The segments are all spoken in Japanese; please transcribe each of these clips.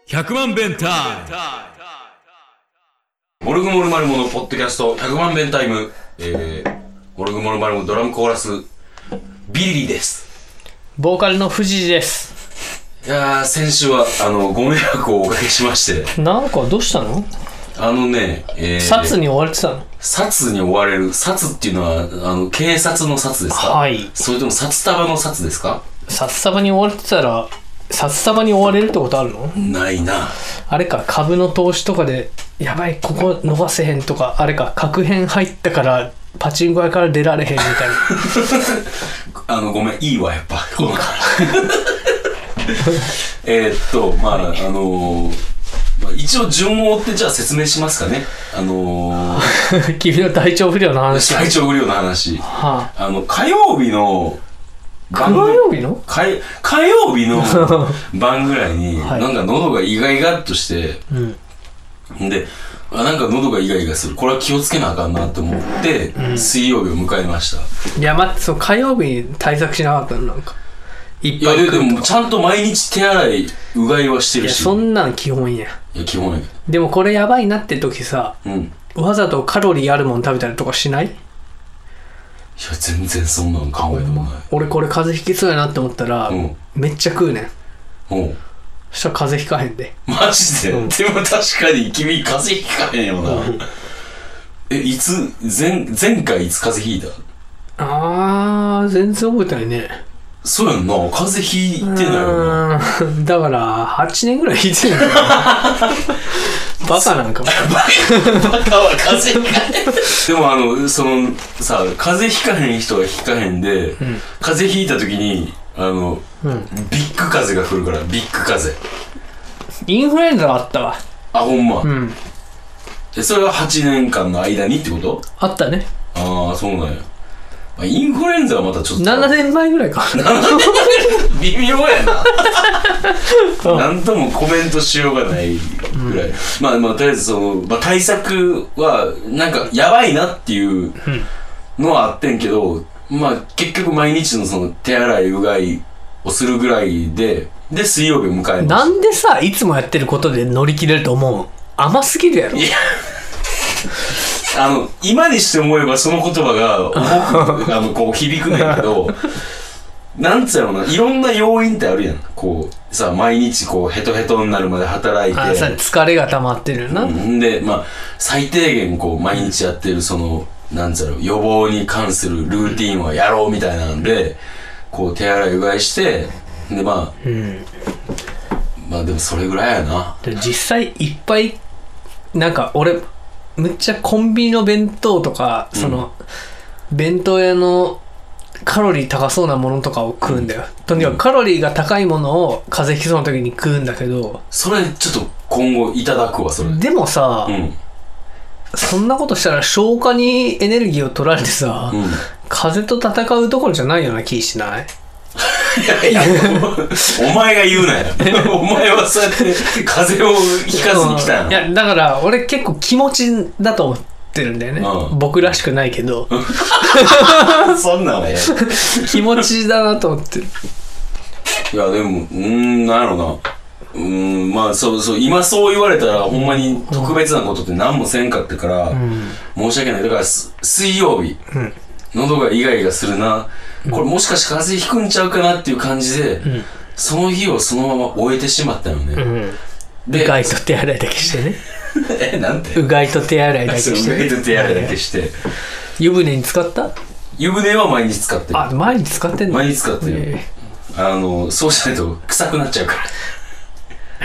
100万弁タイム。 モルグモルマルモのポッドキャスト100万弁タイム、モルグモルマルモドラムコーラスビリリです。 ボーカルの藤井です。 いやー、先週はご迷惑をおかけしまして、 なんかどうしたの？ 殺に追われてたの？ 殺に追われる。殺っていうのは警察の殺ですか？ はい。 それとも札束の殺ですか？ 札束に追われてたら札束に追われるってことあるの？ ないな。あれか、株の投資とかでやばいここ伸ばせへんとか、あれか、確変入ったからパチンコ屋から出られへんみたいなごめん、いいわやっぱいいか一応順を追ってじゃあ説明しますかね。 君の体調不良の話。 体調不良の話、 はあ、 火曜日の火曜日の晩ぐらいに、はい、なんか喉がイガイガっとして、でなんか喉がイガイガする、これは気をつけなあかんなと思って、水曜日を迎えました。 いや待って、そう火曜日に対策しなかったの？なんかいやでもちゃんと毎日手洗いうがいはしてるし。 いやそんなん基本や。 いや基本や。 でもこれやばいなって時さ、わざとカロリーあるもん食べたりとかしない？ いや全然そんなの考えてもない。 俺これ風邪ひきそうやなって思ったら、めっちゃ食うねん。そしたら風邪ひかへんで。 マジで、でも確かに君風邪ひかへんよな。前回いつ風邪ひいた？ 全然覚えてないね。 そうやんな、風邪ひいてないよな。 だから8年ぐらいひいてるんだよ。バカなんかも。 バカは風邪ひかへん。でもさ、風邪ひかへん人はひかへんで、風邪ひいた時にビッグ風邪が来るから。ビッグ風邪、 インフルエンザがあったわ。 あ、ほんま。それは8年間の間にってこと？ あったね。 ああ、そうなんや。インフルエンザはまたちょっと 7年前ぐらいか。 微妙やな。なんともコメントしようがないぐらい。まあとりあえず対策はなんかやばいなっていうのはあってんけど、結局毎日の手洗いうがいをするぐらいで水曜日を迎えました。 なんでさ、いつもやってることで乗り切れると思う？甘すぎるやろ。 いや今にして思えばその言葉が重くこう響くねんけど、なんつうやろな、いろんな要因ってあるやん。こうさ、毎日こうヘトヘトになるまで働いて、 疲れが溜まってるよな。 で最低限こう毎日やってるなんつうやろ、予防に関するルーティンはやろうみたいなんで、こう手洗いうがいしてででもそれぐらいやな。 実際いっぱいなんか俺むっちゃコンビニの弁当とか、弁当屋のカロリー高そうなものとかを食うんだよ。とにかくカロリーが高いものを風邪ひきそうな時に食うんだけど、 それちょっと今後いただくわ。それでもさ、そんなことしたら消化にエネルギーを取られてさ、風邪と戦うところじゃないような気しない？ いやお前が言うなよ。お前はそうやって風邪をひかずに来たんや。 いやだから俺結構気持ちだと思ってるんだよね。僕らしくないけど。 そんなんは気持ちだなと思ってる。 いやでもなんやろな。そう今そう言われたらほんまに特別なことって何もせんかったから、申し訳ない。だから水曜日、喉がイガイガするな、これもしかして風邪ひくんちゃうかなっていう感じで、その日をそのまま終えてしまったよね。 でうがいと手洗いだけしてね。 なんて？ うがいと手洗いだけして、 うがいと手洗いだけして。 湯船に使った？ 湯船は毎日使ってる。 毎日使ってんの？ 毎日使ってる。そうしないと臭くなっちゃうから。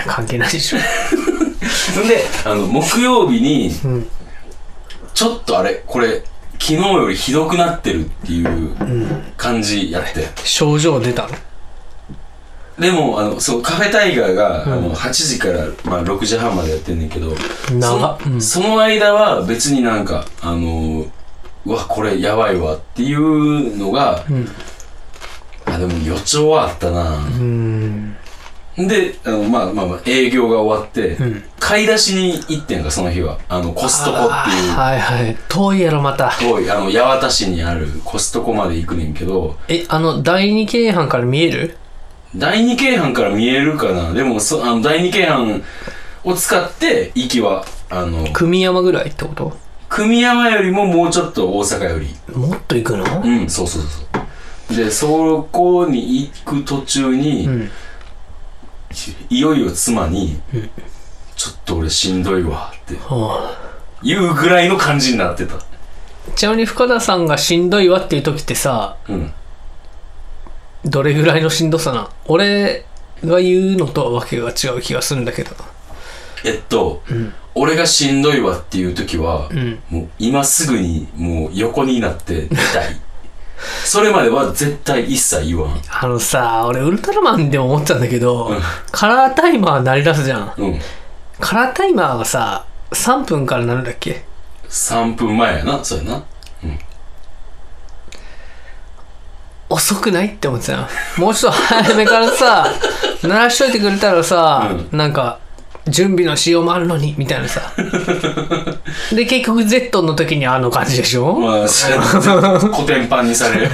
関係ないでしょ。 で木曜日に、ちょっとこれ昨日よりひどくなってるっていう感じやって、 症状出たの？ でもカフェタイガーが、8時から6時半までやってんねんけど、その間は別になんかうわこれやばいわっていうのが、でも予兆はあったな。で営業が終わって、買い出しに行ってんか、その日はコストコっていう、 遠いやろ。また遠い八幡市にあるコストコまで行くねんけど、 第二京阪から見える？ 第二京阪から見えるかな。でも第二京阪を使って行きは久美山ぐらいってこと？ 久美山よりももうちょっと大阪よりもっと行くの？ うん、そうそうそう。でそこに行く途中に、いよいよ妻に、ちょっと俺しんどいわって言うぐらいの感じになってた。 ちなみに深田さんがしんどいわっていう時ってさ、どれぐらいのしんどさな？俺が言うのとはわけが違う気がするんだけど。 俺がしんどいわっていう時は、もう今すぐにもう横になって寝たい。それまでは絶対一切言わん。 さ、俺ウルトラマンでも思ったんだけど、カラータイマー鳴り出すじゃん。カラータイマーがさ、3分から鳴るんだっけ ？3分前やな、そうやな。 遅くないって思ってたよ。もうちょっと早めからさ、鳴らしといてくれたらさ、なんか、準備のしようもあるのにみたいなさ。で結局 Z の時にあの感じでしょ。まあコテンパンにされる。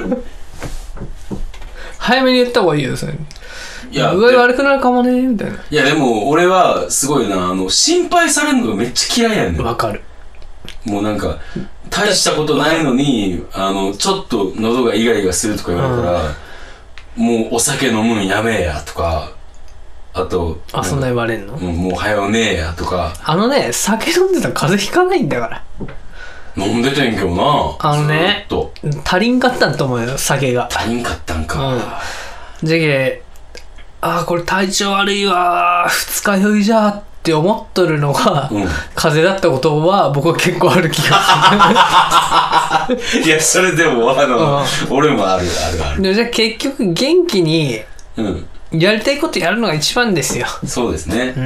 早めに言った方がいいよそれ。いや具合悪くなるかもねみたいな。 いやでも俺はすごいな、心配されるのがめっちゃ嫌いやねん。 わかる。 もうなんか大したことないのにちょっと喉がイガイガするとか言われたら、もうお酒飲むんやめえやとか。あとそんな言われんの？ もう早うねえやとか。 酒飲んでたら風邪ひかないんだから。 飲んでてんけどな。 足りんかったんと思うよ酒が。 足りんかったんか。 じゃけこれ体調悪いわ二日酔いじゃって思っとるのが、風邪だったことは僕は結構ある気がする。 いやそれでも俺もある。 じゃあ結局元気にやりたいことやるのが一番ですよ。 そうですね。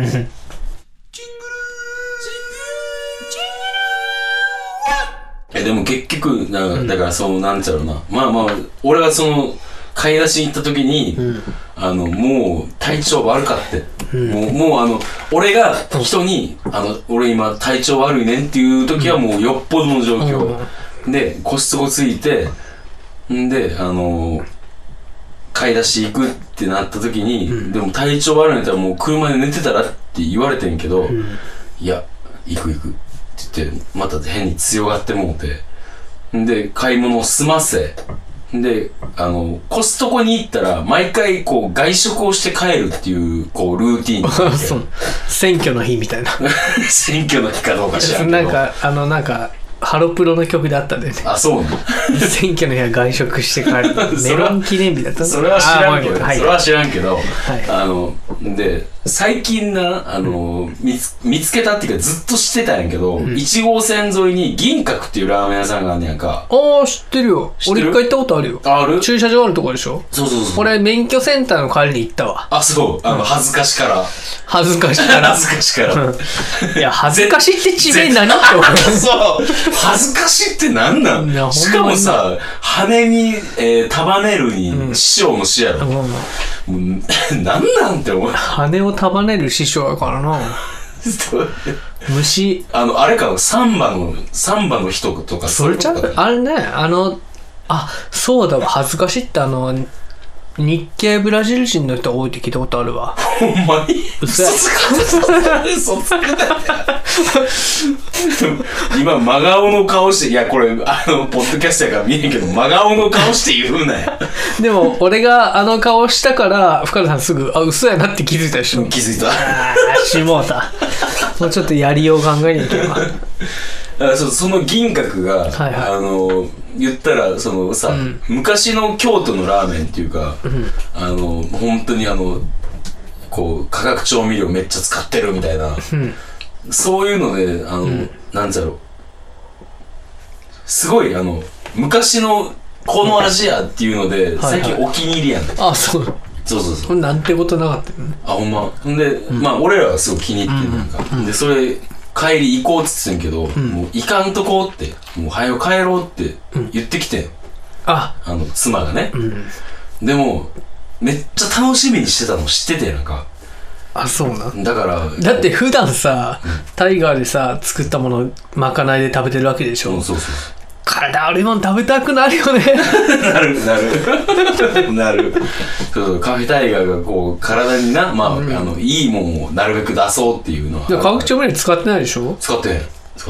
でも結局だからなんちゃうな、まあ俺は買い出しに行った時に、もう体調悪かって、もう俺が人に俺今体調悪いねんっていう時はもうよっぽどの状況、で腰つぼついてで買い出し行くってなった時に、でも体調悪いんだったらもう車で寝てたらって言われてんけど、いや行くって言ってまた変に強がってもうて、で買い物を済ませでコストコに行ったら毎回こう外食をして帰るっていうルーティーンそう選挙の日みたいな。 選挙の日かどうか知らんけど、 なんかハロプロの曲であったんだよね。 そうね。 選挙の日は外食して帰る。メロン記念日だったの？ それは知らんけど、で最近な見つけたっていうかずっと知ってたんやけど、1号線沿いに銀閣っていうラーメン屋さんがあんねやんか。 知ってるよ。俺一回行ったことあるよ。ある？駐車場あるとこでしょ？そう。俺免許センターの帰りに行ったわ。 そう。恥ずかしから。 恥ずかしから。いや恥ずかしって地名何って思う。そう。 恥ずかしいって何なん？しかもさ、羽に、束ねるに師匠の師やろ。何なんて思う。 羽を束ねる師匠やからな。虫。 あれか、サンバの人とか。 それちゃう？あれね、そうだわ、恥ずかしいって日系ブラジル人の人多いって聞いたことあるわ。 ほんまに？ 嘘や。 嘘つくな。今真顔の顔して、いやこれポッドキャストやから見えんけど真顔の顔して言うなよ。 でも俺が顔したから深田さんすぐ嘘やなって気づいたでしょ。 気づいた。 しもうた。もうちょっとやりよう考えにいけば。 その銀閣が、言ったら昔の京都のラーメンっていうか、本当にこう化学調味料めっちゃ使ってるみたいな、そういうのでなんだろう、すごい昔のこの味やっていうので最近お気に入りやん。 そうそうなんてことなかったよね。 ほんま。ほんで俺らはすごい気に入ってなんか、でそれ帰り行こうって言ってんけど、もう行かんとこうって、もう早く帰ろうって言ってきてん。妻がね。でも、めっちゃ楽しみにしてたの知ってて、なんか。 そうなん。 だから。 だって普段さ、タイガーでさ、作ったもの、まかないで食べてるわけでしょ。 そう。 体悪いもん食べたくなるよね。 なるそうそう、カフェタイガーがこう体にな、まあ、いいもんをなるべく出そうっていうのは。 化学調味料使ってないでしょ。 使ってへん。い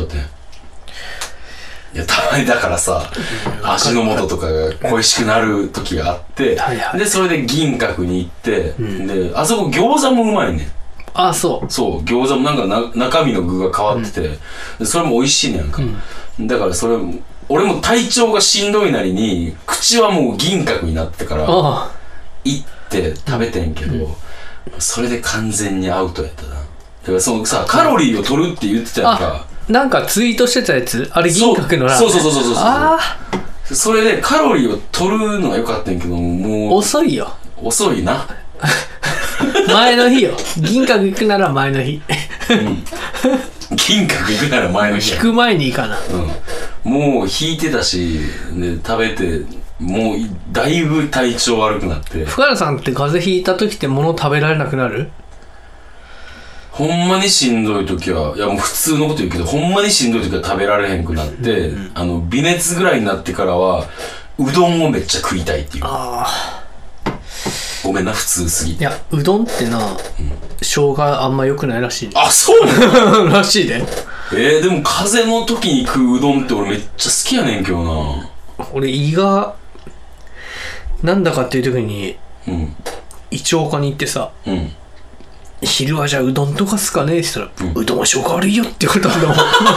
や、たまにだからさ、味の素とかが恋しくなる時があって、でそれで銀閣に行って、であそこ餃子もうまいねん。 あ、そう餃子もなんか中身の具が変わってて、それも美味しいねやんか、だからそれ俺も体調がしんどいなりに口はもう銀閣になってから行って食べてんけど、それで完全にアウトやったな。だからそのさ、カロリーを取るって言ってたやんか。 なんかツイートしてたやつ、あれ銀閣のラーメン。 そうそれでカロリーを取るのはよかったんやけど、もう遅いよ。 遅いな。 前の日よ。銀閣行くなら前の日。 銀閣行くなら前の日。 引く前にいいかな。 もう引いてたし、で食べてもうだいぶ体調悪くなって。 深田さんって風邪ひいた時って物食べられなくなる？ ほんまにしんどい時は、いやもう普通のこと言うけど、ほんまにしんどい時は食べられへんくなって、微熱ぐらいになってからはうどんをめっちゃ食いたいっていう。ごめんな、普通すぎて。 いや、うどんってな、生姜あんま良くないらしい。 あ、そうなの？ らしいで。 でも風邪の時に食ううどんって俺めっちゃ好きやねんけどな。 俺胃がなんだかっていう時に、胃腸科に行ってさ、昼はじゃあうどんとかっすかねって言ったら、うどんは消化悪いよって言われたんだもん。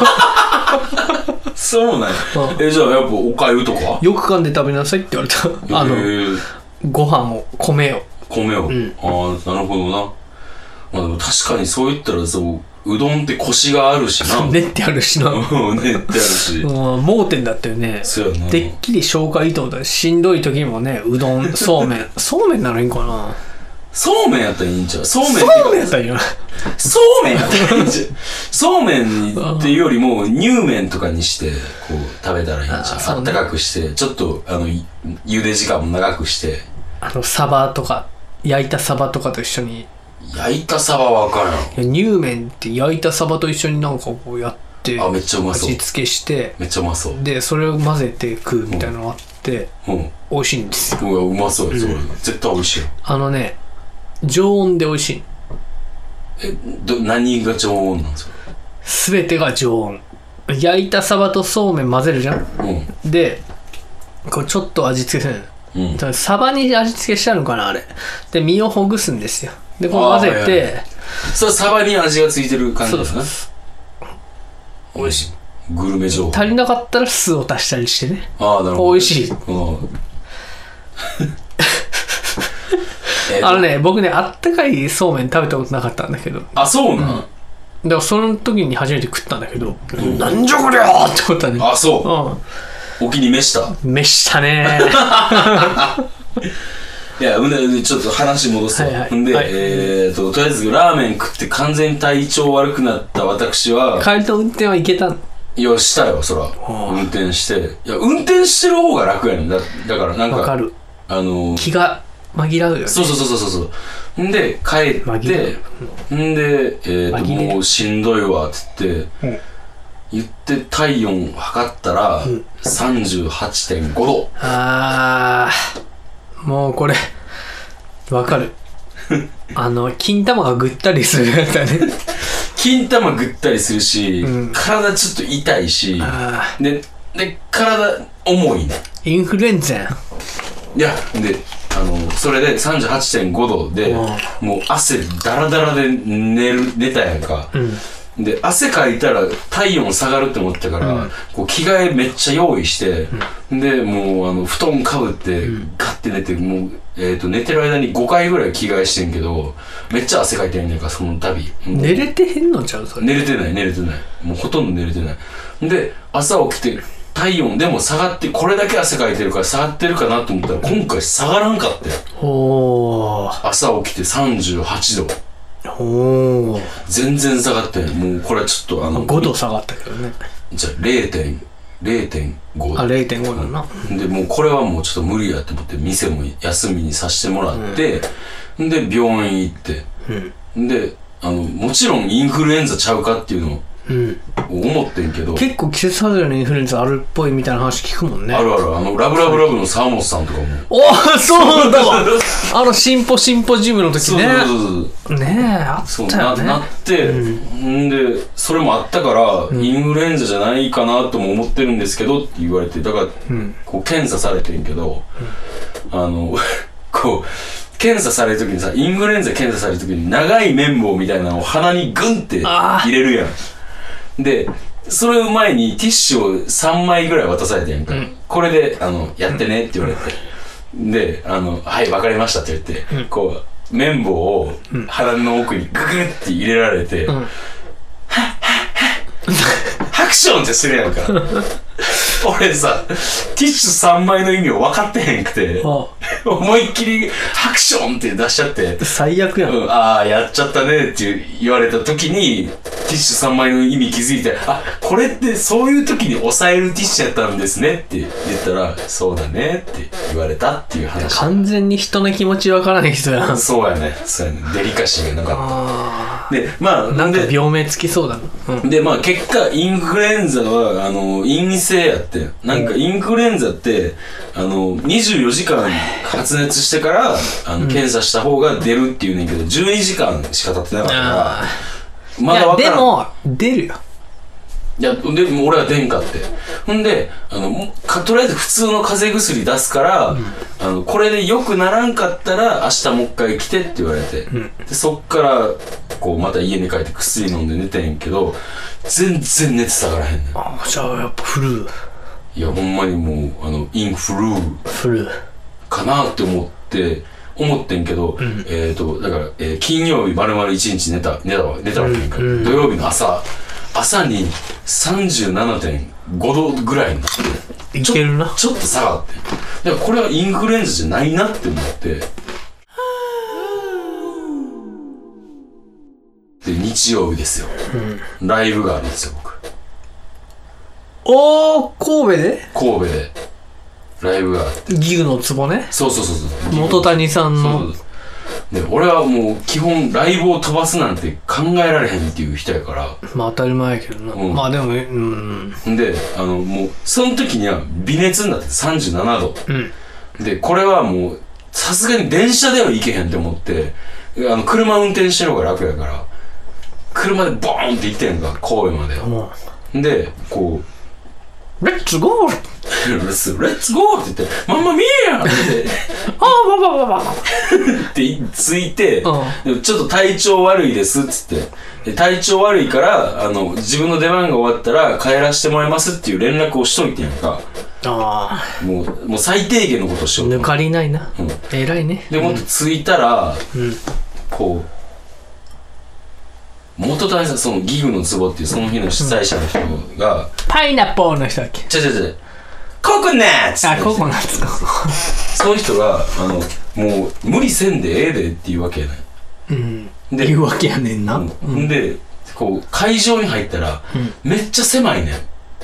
そうなんや。じゃあやっぱおかゆとかよく噛んで食べなさいって言われた。ご飯を、米を。 ああ、なるほどな。まあでも確かにそう言ったらそう、うどんってコシがあるしな。 練ってあるしな。 練ってあるし。 盲点だったよね。 そうやな。 てっきり消化いいと思ったら、しんどい時もね、うどん、そうめん。そうめんならいいんかな。 そうめんやったらいいんちゃう？そうめんやったらいいよ。 そうめんやったらいいんちゃう？そうめんっていうよりも乳麺とかにしてこう食べたらいいんちゃう？あったかくしてちょっと茹で時間も長くして、 サバとか焼いたサバとかと一緒に。 焼いたサバは分からん。 乳麺って焼いたサバと一緒になんかこうやって、 めっちゃうまそう。 味付けしてめっちゃうまそう。 でそれを混ぜて食うみたいなのがあって、美味しいんですよ。 うまそうや、それ絶対美味しいよ。 常温で美味しい。 何が常温なんですか？ 全てが常温。焼いたサバとそうめん混ぜるじゃん、でこうちょっと味付けするの、サバに味付けしたのかなあれで、身をほぐすんですよ。でこう混ぜて、 それサバに味が付いてる感じですね。 美味しい。 グルメ情報。 足りなかったら酢を足したりしてね。 なるほど。 美味しい。僕ね、あったかいそうめん食べたことなかったんだけど。 あ、そうなん？ だからその時に初めて食ったんだけど、なんじゃこりゃーって思ったね。 あ、そう。お気に召した？ 召したねいや、ちょっと話戻すわ。とりあえずラーメン食って完全に体調悪くなった私は、 帰りと運転はいけたん？ いや、したよ、そら。運転して。いや、運転してる方が楽やねん。だからなんか、 わかる。気が紛らうよね。 そう。んで、帰って、もうしんどいわ、つって、言って体温測ったら、38.5 度。 もうこれ、わかる。金玉がぐったりするやつだね。 金玉ぐったりするし、体ちょっと痛いし、で、体重いね。 インフルエンザやん。 いや、で、それで 38.5 度で、もう汗ダラダラで寝たやんか。で、汗かいたら体温下がるって思ってたから、こう着替えめっちゃ用意して、で、もう布団かぶって、ガッて寝て、もう、寝てる間に5回ぐらい着替えしてんけど、めっちゃ汗かいてんねんか、その度。 寝れてへんのちゃう？それ。 寝れてない。もうほとんど寝れてない。で、朝起きて、体温でも下がって、これだけ汗かいてるから下がってるかなと思ったら、今回下がらんかったよ。朝起きて38度。全然下がってん。もうこれはちょっと 5度下がったけどね。 じゃあ 0.5 度。 0.5 だな。 で、もうこれはもうちょっと無理やって思って、店も休みにさせてもらって、で、病院行って、で、もちろんインフルエンザちゃうかっていうのを思ってんけど、 結構季節外れのインフルエンザあるっぽいみたいな話聞くもんね。 あるある、ラブラブラブの沢本さんとかも。 おー、そうだわシンポジムの時ね。そうねえ、あったよね。 なって、でそれもあったから、インフルエンザじゃないかなとも思ってるんですけどって言われて、だから、こう検査されてんけど、こう検査されるときにさ、インフルエンザ検査されるときに長い綿棒みたいなのを鼻にグンって入れるやん。で、それを前にティッシュを3枚ぐらい渡されてんやんか。これで、やってねって言われて。で、はい、わかりましたって言って、こう、綿棒を鼻の奥にググって入れられて、ハクションってするやんか。俺さ、ティッシュ3枚の意味を分かってへんくて、思いっきりハクションって出しちゃって、 最悪やん。 ああ、やっちゃったねって言われた時に、ティッシュ3枚の意味気づいて、あ、これってそういう時に抑えるティッシュやったんですねって言ったら、そうだねって言われたっていう話。 完全に人の気持ち分からない人やん。 そうやね。デリカシーがなかった。で、まあ、 なんか病名つきそうだな。 で、まあ結果、インフルエンザは、陰性やって。なんかインフルエンザって、24時間発熱してから、検査した方が出るっていうねんけど、12時間しか経ってなかったから、まだ分からん。 でも、出るよ。 いや、でも俺は出んかって。ほんで、とりあえず普通の風邪薬出すから、これで良くならんかったら、明日もう一回来てって言われて。で、そっから、こう、また家に帰って薬飲んで寝てんけど、全然熱下がらへんねん。 じゃあやっぱフルー。 いや、ほんまにもう、インフルーかなって思ってんけど、だから、金曜日丸々1日寝たわけやんか。土曜日の朝に 37.5 度ぐらいになって、 いけるな。 ちょっと下がって。だからこれはインフルエンザじゃないなって思って、で、日曜日ですよ。ライブがあるんですよ、僕。 神戸でライブがあって、 ギグのツボね。 そう元谷さんの。 で、俺はもう基本ライブを飛ばすなんて考えられへんっていう人やから。 まあ当たり前やけどな。まあでもで、 もうその時には微熱になって37度。で、これはもうさすがに電車では行けへんって思って、車運転してる方が楽やから、車でボーンって行ってんか、神戸まで。で、こう、 レッツゴーレッツゴーって言って、マンマミーヤってってついて、ちょっと体調悪いですっつって、体調悪いから、自分の出番が終わったら帰らせてもらいますっていう連絡をしといてんやんか。もう最低限のことしよう。 抜かりないな。偉いね。 で、もっと着いたら、こう、元谷さん、そのギグのツボっていうその日の主催者の人が、 パイナップルの人だっけ？ ココナッツ！ ココナッツか。 その人が、もう無理せんでええでっていうわけやねん。 言うわけやねんな。 で、こう、会場に入ったら、めっちゃ狭いねん。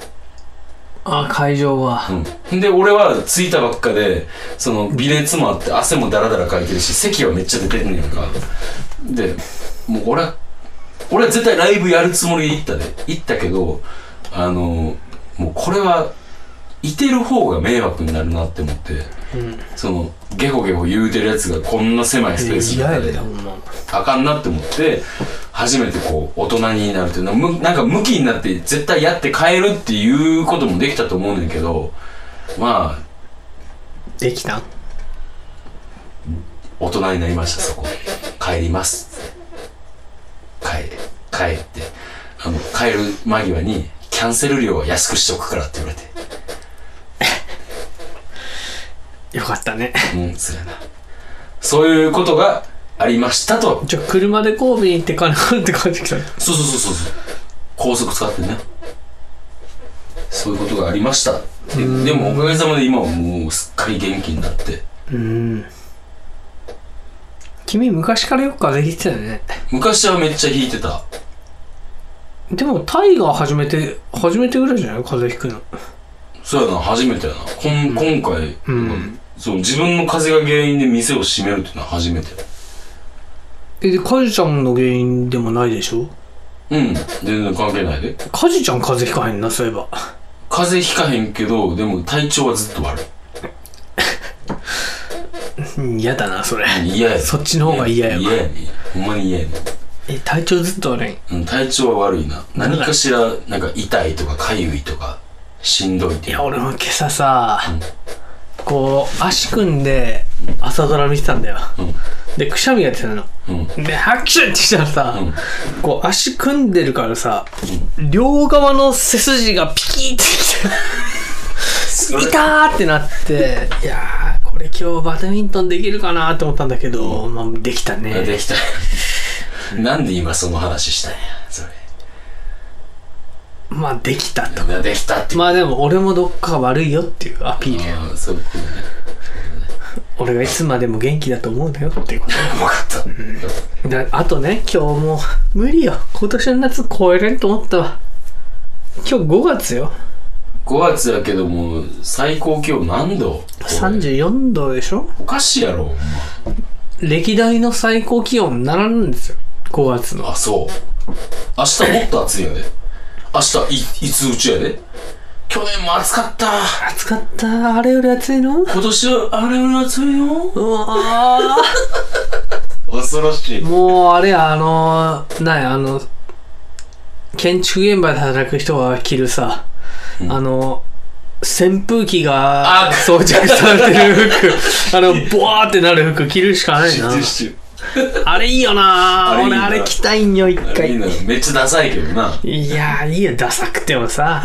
会場は。 で、俺は着いたばっかで、微熱もあって、汗もダラダラかいてるし、咳はめっちゃ出てんねんか。で、もう俺は絶対ライブやるつもりで行ったけど、もうこれはいてる方が迷惑になるなって思って、ゲホゲホ言うてるやつがこんな狭いスペースの中であかんなって思って、初めてこう大人になるっていうのなんかムキになって絶対やって帰るっていうこともできたと思うねんけど、まあできた？ 大人になりました。そこ帰ります帰って帰る間際にキャンセル料は安くしておくからって言われてよかったね。 そうやな。そういうことがありましたと。 じゃあ車で神戸に行って金払って帰ってきた。 そう高速使ってね、そういうことがありました。でもおかげさまで今はもうすっかり元気になって。 君昔からよく風邪ひいてたよね。 昔はめっちゃひいてた。 でもタイガー初めてぐらいじゃない？風邪ひくの。 そうやな、初めてやな。今回、自分の風邪が原因で店を閉めるっていうのは初めて。 でカジちゃんの原因でもないでしょ？ うん、全然関係ないで。 カジちゃん風邪ひかへんな、そういえば。 風邪ひかへんけど、でも体調はずっと悪い。嫌だな、それ。 嫌やね。 そっちの方が嫌やわ。 嫌やね。ほんまに嫌やね。 体調ずっと悪い。 うん、体調は悪いな。何かしら、なんか痛いとか痒いとか、しんどいって。 いや、俺も今朝さ、こう、足組んで、朝ドラ見てたんだよ。で、くしゃみが出てたの。で、ハクションってしたらさ、こう、足組んでるからさ、両側の背筋がピキーってきて、痛ーってなって、いやー、これ今日バドミントンできるかなと思ったんだけど、まあ、できたね。 できた。なんで今その話したんや、それ。 まあ、できたと。 できたって。 まあでも、俺もどっかが悪いよっていうアピールや。 そういうことね。 俺がいつまでも元気だと思うんだよっていうこと。 分かった。 あとね、今日もう無理よ。今年の夏超えれんと思ったわ。今日5月よ。 5月やけども、最高気温何度？ 34 度でしょ？ おかしいやろ、ほんま。 歴代の最高気温ならんですよ。5月の。 あ、そう。明日もっと暑いやで。明日いつうちやで。去年も暑かった。 暑かった。あれより暑いの？ 今年はあれより暑いよ。 うわ恐ろしい。 もうあれや、建築現場で働く人が着るさ、扇風機が装着されてる服、ボワーってなる服着るしかないな。あれいいよな。俺あれ着たいんよ、一回。 いいのよ。めっちゃダサいけどな。 いやー、いいよ、ダサくてもさ。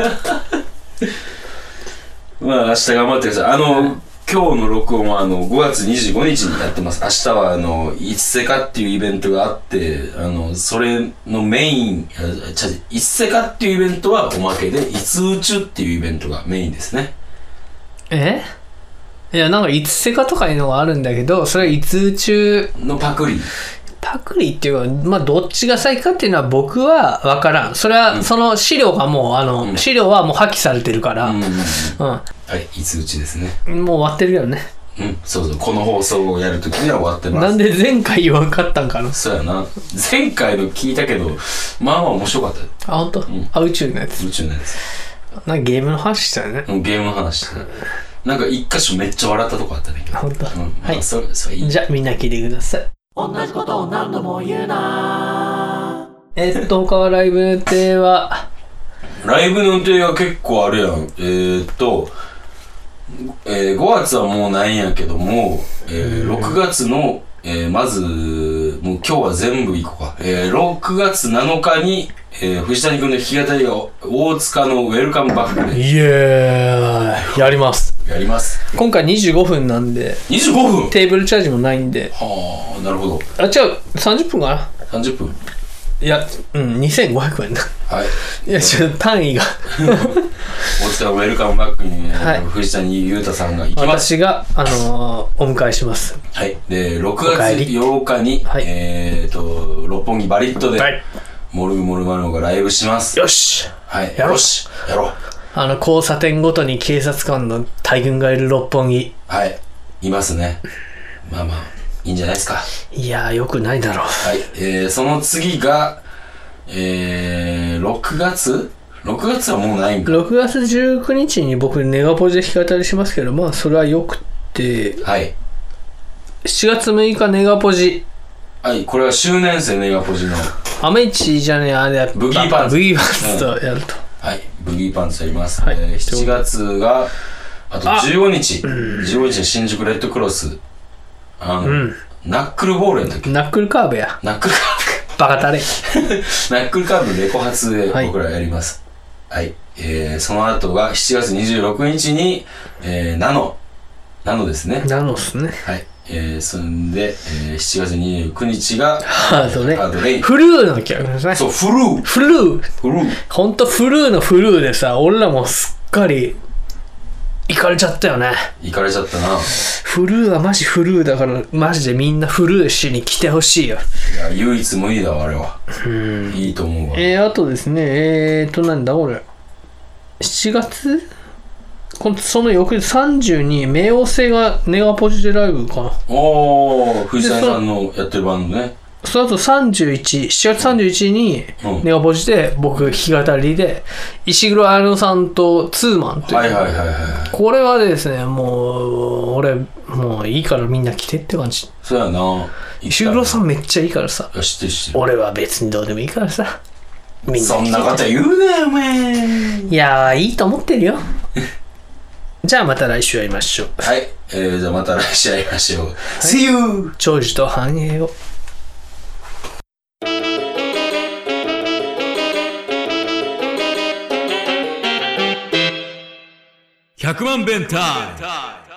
まあ明日頑張ってください。今日の録音は5月25日にやってます。明日はいつせかっていうイベントがあって、それのメイン、いつせかっていうイベントはおまけで、いつ宇宙っていうイベントがメインですね。 いや、なんかいつせかとかいうのがあるんだけど、それはいつ宇宙のパクリっていうか、まあどっちが先かっていうのは僕は分からん。それは、その資料がもう資料はもう破棄されてるから、 はい、いつうちですね。 もう終わってるよね。 そうそう、この放送をやるときには終わってます。 なんで前回言わんかったんかな。 そうやな。前回の聞いたけど、まあまあ面白かったよ。 あ、ほんと？宇宙のやつ。 宇宙のやつ。 なんかゲームの話したよね。 ゲームの話した。なんか一箇所めっちゃ笑ったとこあったね。 ほんと。はい。 それいい。 じゃあみんな聞いてください。同じことを何度も言うな。他はライブの予定は？ ライブの予定は結構あるやん。5月はもうないんやけども、6月の、まず、もう今日は全部行こうか。6月7日に、藤谷君の弾き語りが大塚のウェルカムバックで。 イエーイ、やります。今回25分なんで。 25分テーブルチャージもないんで。 はあ、なるほど。 あ、違う、30分かな。 30分いや、2500円だ。 はい。 いや、ちょっと単位が。 大塚のウェルカムバックに、藤谷裕太さんが行きます。 私が、お迎えします。 はい。で、6月8日に、六本木バリットで、モルグモルマルモがライブします。 よし。 はい。やろう。 交差点ごとに警察官の大群がいる六本木。 はい。いますね。まあまあ、いいんじゃないですか。 いやー、よくないだろう。 はい。その次が、6月はもうないんか。 6月19日に僕、ネガポジで弾き語りしますけど、まあ、それはよくて。 はい。 7月6日、ネガポジ。 はい、これは周年生ネガポジの。 アメチじゃねえ、あれブギーパンツ。 ブギーパンツとやると。 はい、ブギーパンツやります。はい、7月が、あと15日。15日に新宿レッドクロス。ナックルボールやったっけ？ ナックルカーブや。 ナックルカーブ。バカタレ。 ナックルカーブレコ発で僕らやります。はい。その後が7月26日に、ナノですね。 ナノっすね。 はい。そんで、7月29日がハードレイン。フルーの曲ですね。 そう、フルー。 ほんとフルーのフルーでさ、俺らもすっかり行かれちゃったよね。 行かれちゃったな。 フルーはマジフルーだから、マジでみんなフルーしに来てほしいよ。 いや、唯一無二だわ、あれは。いいと思うわ。 あとですね、なんだこれ。7月その翌日30に冥王星がネガポジでライブかな。 藤谷さんのやってるバンドね。 その後7月31日にネガポジで僕弾き語りで石黒彩乃さんとツーマンという、これはですねもう俺もういいからみんな来てって感じ。 そうやな、 石黒さんめっちゃいいからさ。 知ってる知ってる。 俺は別にどうでもいいからさ、 みんなそんなこと言うなよお前。 いやーいいと思ってるよじゃあまた来週やりましょう。 はい、じゃあまた来週やりましょう、はい、See you 長寿と繁栄を。 100万弁タイム。